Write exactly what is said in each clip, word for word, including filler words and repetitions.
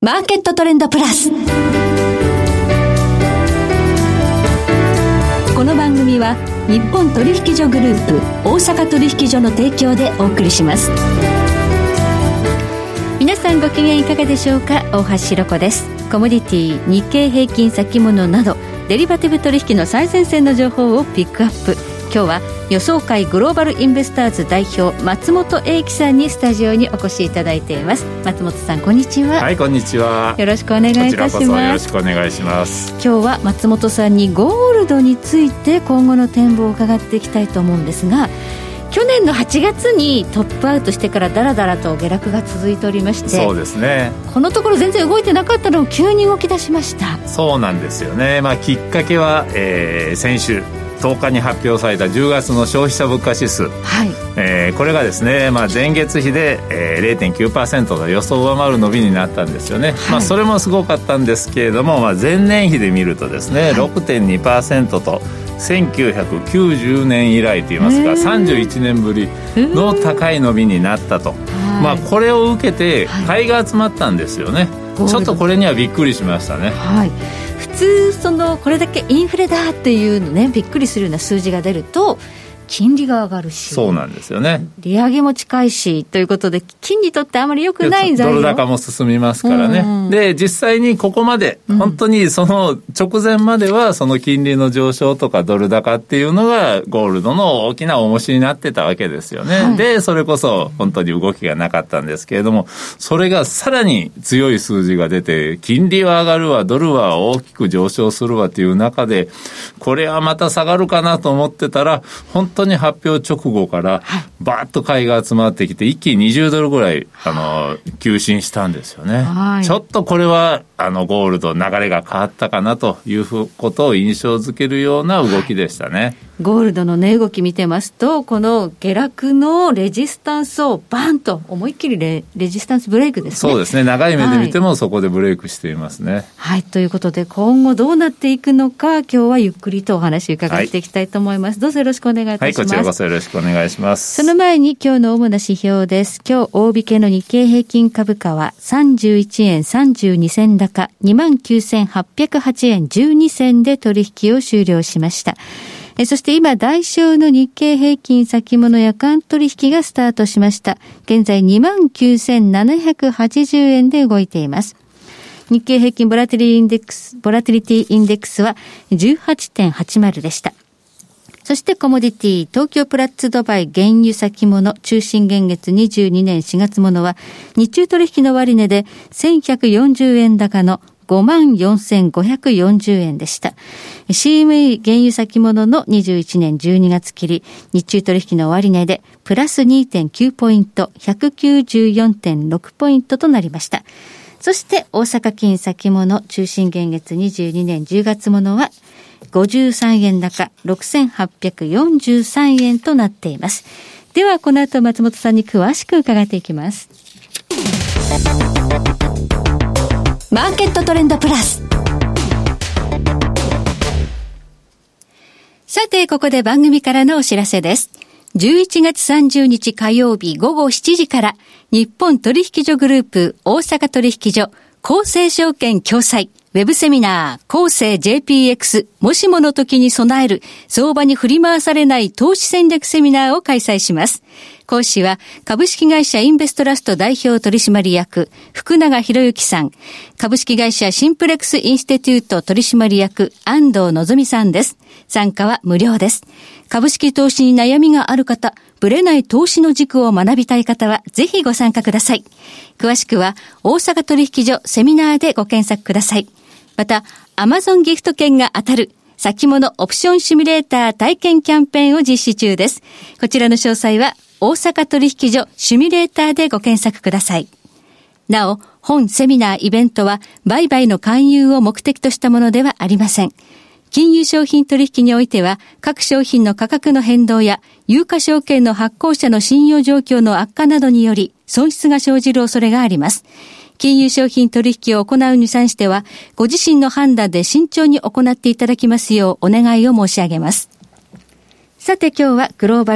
マーケットトレンドプラス。この番組は日本取引所グループ大阪取引所の提供でお送りします。皆さんご機嫌いかがでしょうか。大橋ひろ子です。コモディティ、日経平均先物などデリバティブ取引の最前線の情報をピックアップ。今日は予想会グローバルインベスターズ代表松本英樹さんにスタジオにお越しいただいています。松本さん、こんにちは。 はい、こんにちは。 よろしくお願いいたします。 こちらこそよろしくお願いします。 今日は松本さんにゴールドについて今後の展望を伺っていきたいと思うんですが、去年のはちがつにトップアウトしてからだらだらと下落が続いておりまして、 そうですね、 このところ全然動いてなかったのを急に動き出しました。 そうなんですよね、まあ、きっかけは、えー、先週とおかに発表されたじゅうがつの消費者物価指数、はいえー、これがですね、まあ、前月比で、えー、ゼロてんきゅうパーセント の予想を上回る伸びになったんですよね、はいまあ、それもすごかったんですけれども、まあ、前年比で見るとですね、はい、ろくてんにパーセント とせんきゅうひゃくきゅうじゅうねん以来といいますかさんじゅういちねんぶりの高い伸びになったと、まあ、これを受けて買いが集まったんですよね、はい、ちょっとこれにはびっくりしましたね、 はい、普通そのこれだけインフレだっていうのね、びっくりするような数字が出ると金利が上がるし、 そうなんですよね、 利上げも近いしということで金にとってあまり良くない材料、 ドル高も進みますからね、うんうん、で実際にここまで、うん、本当にその直前まではその金利の上昇とかドル高っていうのがゴールドの大きな重しになってたわけですよね、はい、でそれこそ本当に動きがなかったんですけれども、それがさらに強い数字が出て金利は上がるわドルは大きく上昇するわという中で、これはまた下がるかなと思ってたら本当に発表直後からバーッと買いが集まってきて一気ににじゅうドルぐらいあの急進したんですよね、はい、ちょっとこれはあのゴールド流れが変わったかなということを印象づけるような動きでしたね、はい、 ゴールドの値動き見てますと、この下落のレジスタンスをバーンと思いっきり レ, レジスタンスブレイクですね。 そうですね、長い目で見てもそこでブレイクしていますね、はいはい、ということで今後どうなっていくのか、今日はゆっくりとお話を伺っていきたいと思います、はい、どうぞよろしくお願いいたします。 はい、こちらこそよろしくお願いします。 その前に今日の主な指標です。今日大引けの日経平均株価はさんじゅういちえんさんじゅうにせん高 にまんきゅうせんはっぴゃくはちえんじゅうにせんで取引を終了しました。えそして今代償の日経平均先物夜間取引がスタートしました。現在 にまんきゅうせんななひゃくはちじゅうえんで動いています。日経平均ボラティリティインデックス、ボラティリティインデックスは じゅうはちてんはちまる でした。そしてコモディティ、東京プラッツドバイ原油先物中心現月にじゅうにねんしがつものは日中取引の終値でせんひゃくよんじゅうえん高のごまんよんせんごひゃくよんじゅうえんでした。シーエムイー 原油先物のにじゅういちねんじゅうにがつ切り、日中取引の終値でプラス にてんきゅう ポイント、ひゃくきゅうじゅうよんてんろく ポイントとなりました。そして大阪金先物中心現月にじゅうにねんじゅうがつものはごじゅうさんえん高ろくせんはっぴゃくよんじゅうさんえんとなっています。ではこの後松本さんに詳しく伺っていきます。マーケットトレンドプラス。さてここで番組からのお知らせです。じゅういちがつさんじゅうにち火曜日午後しちじから日本取引所グループ大阪取引所公正証券共催ウェブセミナー、公正 ジェーピーエックス もしもの時に備える相場に振り回されない投資戦略セミナーを開催します。講師は株式会社インベストラスト代表取締役福永博之さん、株式会社シンプレックスインスティテュート取締役安藤のぞみさんです。参加は無料です。株式投資に悩みがある方、ぶれない投資の軸を学びたい方はぜひご参加ください。詳しくは大阪取引所セミナーでご検索ください。また Amazon ギフト券が当たる先物オプションシミュレーター体験キャンペーンを実施中です。こちらの詳細は大阪取引所シミュレーターでご検索ください。なお、本セミナーイベントは売買の勧誘を目的としたものではありません。金融商品取引においては各商品の価格の変動や有価証券の発行者の信用状況の悪化などにより損失が生じる恐れがあります。金融商品取引を行うに際してはご自身の判断で慎重に行っていただきますようお願いを申し上げます。さて今日はグローバル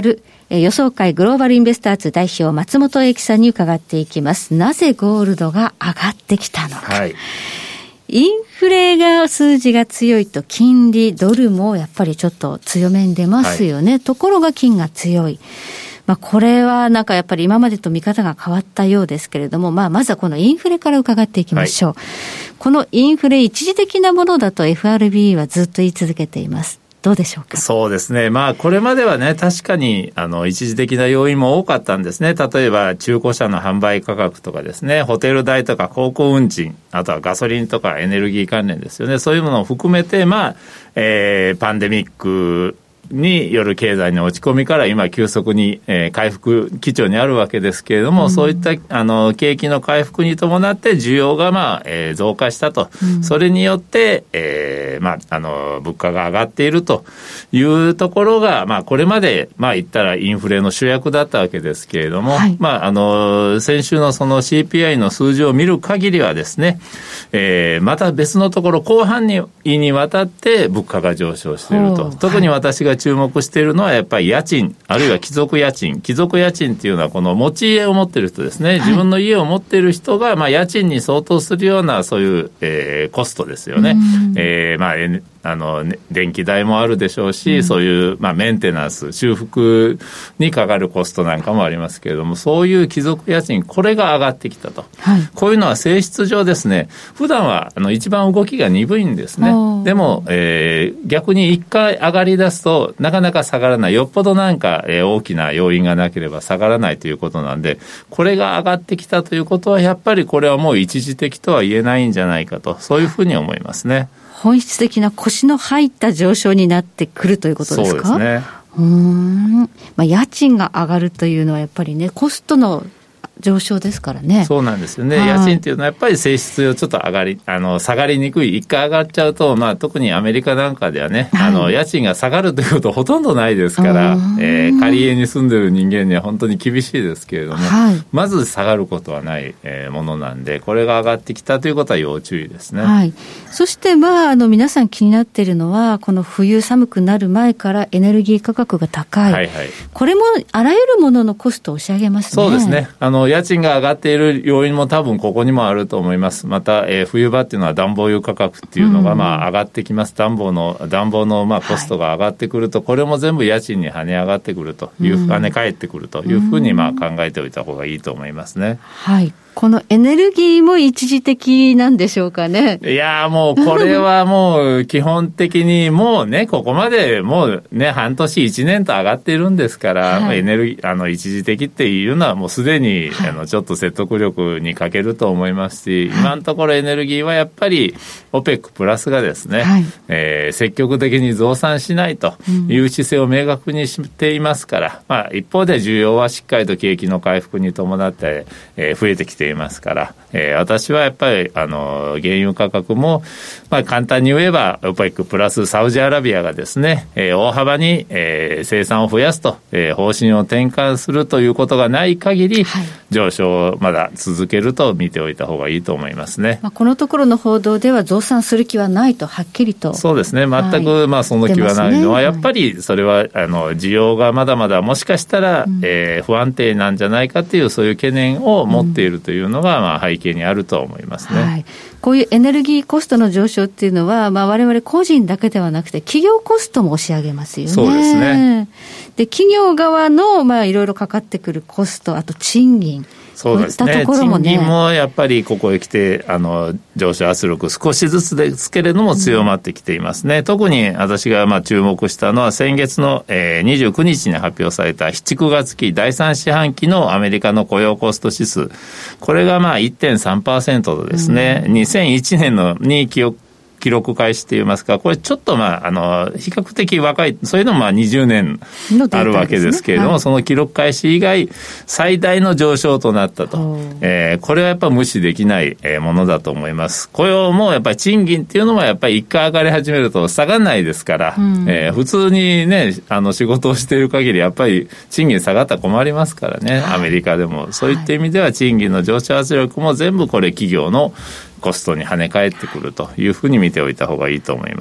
えー、予想会グローバルインベスターズ代表松本英樹さんに伺っていきます。なぜゴールドが上がってきたのか。はい、インフレが数字が強いと金利ドルもやっぱりちょっと強めに出ますよね。はい、ところが金が強い。まあ、これはなんかやっぱり今までと見方が変わったようですけれども、まあ、まずはこのインフレから伺っていきましょう。はい、このインフレ一時的なものだと エフアールビー はずっと言い続けています。どうでしょうか。 そうですね。まあ、これまではね、確かに、あの、一時的な要因も多かったんですね。例えば、中古車の販売価格とかですね、ホテル代とか航空運賃、あとはガソリンとかエネルギー関連ですよね。そういうものを含めて、まあ、えー、パンデミック、による経済の落ち込みから今急速に、えー、回復基調にあるわけですけれども、うん、そういったあの景気の回復に伴って需要が、まあえー、増加したと、うん、それによって、えーまあ、あの物価が上がっているというところが、まあ、これまで、まあ、言ったらインフレの主役だったわけですけれども、はい、まあ、あの先週のその シーピーアイ の数字を見る限りはですね、えー、また別のところ広範囲にわたって物価が上昇していると。特に私が注目しているのはやっぱり家賃、あるいは貴族家賃。貴族家賃っていうのはこの持ち家を持っている人ですね。自分の家を持っている人が、まあ家賃に相当するようなそういう、えー、コストですよね。えー、まああの電気代もあるでしょうし、うん、そういう、まあ、メンテナンス修復にかかるコストなんかもありますけれども、そういう貴族家賃、これが上がってきたと、はい、こういうのは性質上ですね、普段はあの一番動きが鈍いんですね。でも、えー、逆に一回上がり出すとなかなか下がらない。よっぽどなんか、えー、大きな要因がなければ下がらないということなんで、これが上がってきたということはやっぱりこれはもう一時的とは言えないんじゃないかと、そういうふうに思いますね。 本質的な腰の入った上昇になってくるということですか。 そうですね。 うーん、まあ、家賃が上がるというのはやっぱりね、コストの上昇ですからね。 そうなんですよね。家賃っていうのはやっぱり性質上ちょっと上がりあの下がりにくい。一回上がっちゃうと、まあ、特にアメリカなんかではね、はい、あの家賃が下がるということはほとんどないですから、えー、借り家に住んでる人間には本当に厳しいですけれども、はい、まず下がることはない、えー、ものなんで、これが上がってきたということは要注意ですね。 はい、そして、まあ、あの皆さん気になっているのは、この冬寒くなる前からエネルギー価格が高い、はいはい、これもあらゆるもののコストを押し上げますね。 そうですね。あの家賃が上がっている要因も多分ここにもあると思います。また、えー、冬場っていうのは暖房油価格っていうのがまあ上がってきます。暖房の暖房のまあコストが上がってくると、はい、これも全部家賃に跳ね上がってくるという、跳ね返ってくるというふうにまあ考えておいた方がいいと思いますね。 はい。このエネルギーも一時的なんでしょうかね。 いやもうこれはもう基本的にもうね、ここまでもうね、半年いちねんと上がっているんですから、はい、エネルギーあの一時的っていうのはもうすでに、はい、あのちょっと説得力に欠けると思いますし、はい、今のところエネルギーはやっぱり オペック プラスがですね、はい、えー、積極的に増産しないという姿勢を明確にしていますから、うん、まあ、一方で需要はしっかりと景気の回復に伴って、えー、増えてきていますから、えー、私はやっぱりあの原油価格も、まあ、簡単に言えば オペック プラスサウジアラビアがですね、えー、大幅に、えー、生産を増やすと、えー、方針を転換するということがない限り、はい、上昇をまだ続けると見ておいた方がいいと思いますね。 まあ、このところの報道では増産する気はないとはっきりと。 そうですね。全く、はい、まあ、その気はないのは、ね、やっぱりそれはあの需要がまだまだもしかしたら、うん、えー、不安定なんじゃないかというそういう懸念を持っているというのが、うん、まあ、背景にあると思いますね。はい、 こういうエネルギーコストの上昇っていうのは、まあ、我々個人だけではなくて企業コストも押し上げますよね。 そうですね。 で、企業側のまあいろいろかかってくるコスト、あと賃金、 そうですね。 こういったところもね、 賃金もやっぱりここへ来てあの上昇圧力少しずつですけれども強まってきていますね。うん、特に私がまあ注目したのは先月の、えー、にじゅうくにちに発表されたなな、くがつ期だいさん四半期のアメリカの雇用コスト指数、これがまあ いってんさんパーセント とですね、うん、にせんいちねんのに記憶記録開始といいますか、これちょっとまああの比較的若い、そういうのもまあにじゅうねんあるわけですけれども、ね、はい、その記録開始以外最大の上昇となったと、えー、これはやっぱ無視できないものだと思います。雇用もやっぱり賃金っていうのもやっぱり一回上がり始めると下がらないですから、うん、えー、普通にねあの仕事をしている限りやっぱり賃金下がったら困りますからね、アメリカでも。そういった意味では賃金の上昇圧力も全部これ企業のコストに跳ね返ってくるというふうに見ておいた方がいいと思います。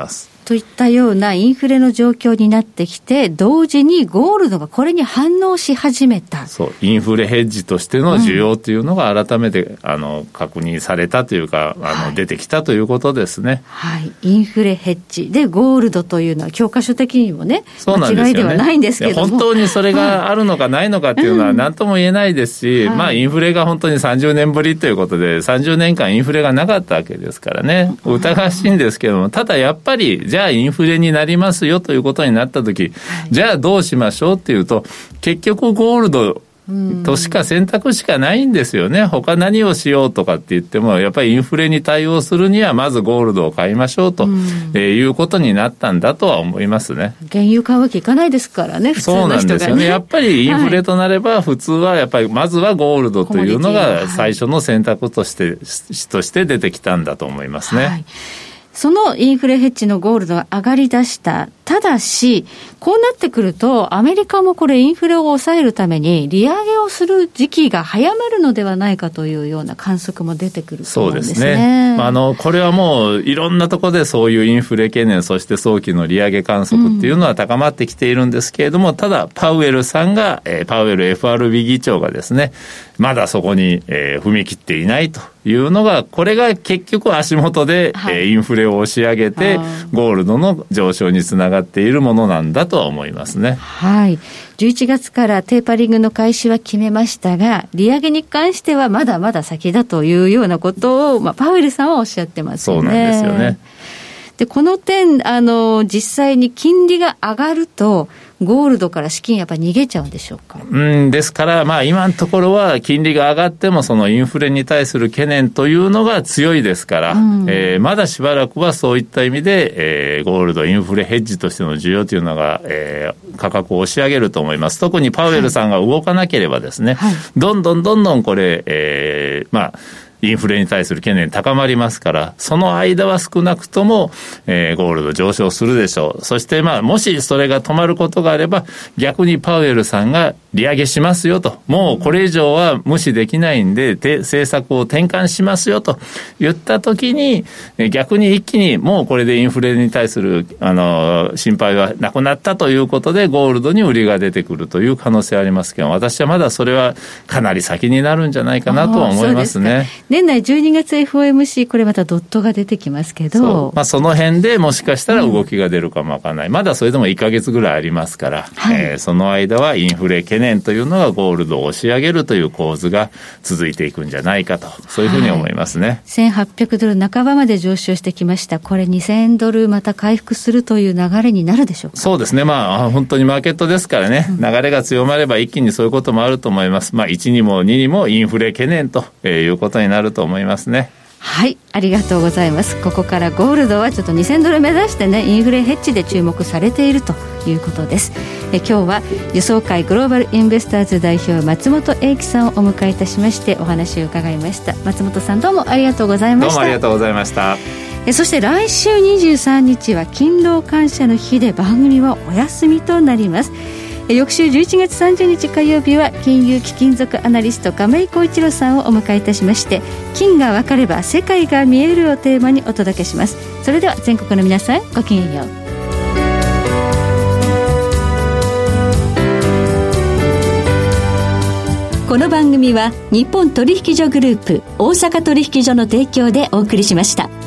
といったようなインフレの状況になってきて、同時にゴールドがこれに反応し始めた。 そう、インフレヘッジとしての需要というのが改めて、うん、あの確認されたというか、あの、はい、出てきたということですね。 はい、インフレヘッジでゴールドというのは教科書的にもね、 そうなんですよね、 間違いではないんですけども、 本当にそれがあるのかないのかっていうのは何とも言えないですし、うん、まあインフレが本当にさんじゅうねんぶりということで、さんじゅうねんかんインフレがなかったわけですからね、疑わしいんですけども、ただやっぱりじゃあインフレになりますよということになったとき、はい、じゃあどうしましょうっていうと、結局ゴールドとしか選択しかないんですよね。他何をしようとかって言っても、やっぱりインフレに対応するにはまずゴールドを買いましょうと、うんえー、いうことになったんだとは思いますね。 原油買うわけいかないですからね、普通の人がね。 そうなんですよね。やっぱりインフレとなれば、普通はやっぱりまずはゴールドというのが最初の選択として、はい、として出てきたんだと思いますね。はい、 そのインフレヘッジのゴールドが上がり出した。ただし、こうなってくると、アメリカもこれインフレを抑えるために利上げをする時期が早まるのではないかというような観測も出てくると思うんですね。そうですね。 あの、これはもういろんなところでそういうインフレ懸念、そして早期の利上げ観測っていうのは高まってきているんですけれども、うん、ただパウエルさんが、えー、パウエル エフアールビー 議長がですね、まだそこに、えー、踏み切っていないというのが、これが結局足元で、はいえー、インフレを押し上げて、ゴールドの上昇につながっているものなんだとは思いますね。 はい。じゅういちがつからテーパリングの開始は決めましたが、利上げに関してはまだまだ先だというようなことを、まあ、パウエルさんはおっしゃってますよね。 そうなんですよね。 で、この点、あの、実際に金利が上がると、ゴールドから資金やっぱり逃げちゃうんでしょうか。 うんですから、まあ今のところは金利が上がってもそのインフレに対する懸念というのが強いですから、うんえー、まだしばらくはそういった意味で、えー、ゴールドインフレヘッジとしての需要というのが、えー、価格を押し上げると思います。特にパウエルさんが動かなければですね、はい、どんどんどんどんこれ、えー、まあインフレに対する懸念高まりますから、その間は少なくとも、えー、ゴールド上昇するでしょう。そしてまあ、もしそれが止まることがあれば、逆にパウエルさんが利上げしますよと、もうこれ以上は無視できないんで、政策を転換しますよと言ったときに、逆に一気にもうこれでインフレに対する、あの、心配はなくなったということで、ゴールドに売りが出てくるという可能性ありますけど、私はまだそれはかなり先になるんじゃないかなとは思いますね。 年内じゅうにがつ エフオーエムシー、 これまたドットが出てきますけど、 そう、まあ、その辺でもしかしたら動きが出るかもわからない、うん、まだそれでもいっかげつぐらいありますから、はいえー、その間はインフレ懸念というのがゴールドを押し上げるという構図が続いていくんじゃないかと、そういうふうに思いますね、はい、 せんはっぴゃくドル半ばまで上昇してきました。これにせんドルまた回復するという流れになるでしょうか。 そうですね、まあ、本当にマーケットですからね、うん、流れが強まれば一気にそういうこともあると思います。まあ、いちにもににもインフレ懸念ということになると思いますね。 はい、ありがとうございます。ここからゴールドはちょっとにせんドル目指してね、インフレヘッジで注目されているということです。え今日は予想会グローバルインベスターズ代表松本英樹さんをお迎えいたしましてお話を伺いました。松本さん、どうもありがとうございました。 どうもありがとうございました。 えそして来週にじゅうさんにちは勤労感謝の日で番組はお休みとなります。翌週じゅういちがつさんじゅうにち火曜日は金融貴金属アナリスト亀井浩一郎さんをお迎えいたしまして、金が分かれば世界が見えるをテーマにお届けします。それでは全国の皆さん、ごきげんよう。この番組は日本取引所グループ大阪取引所の提供でお送りしました。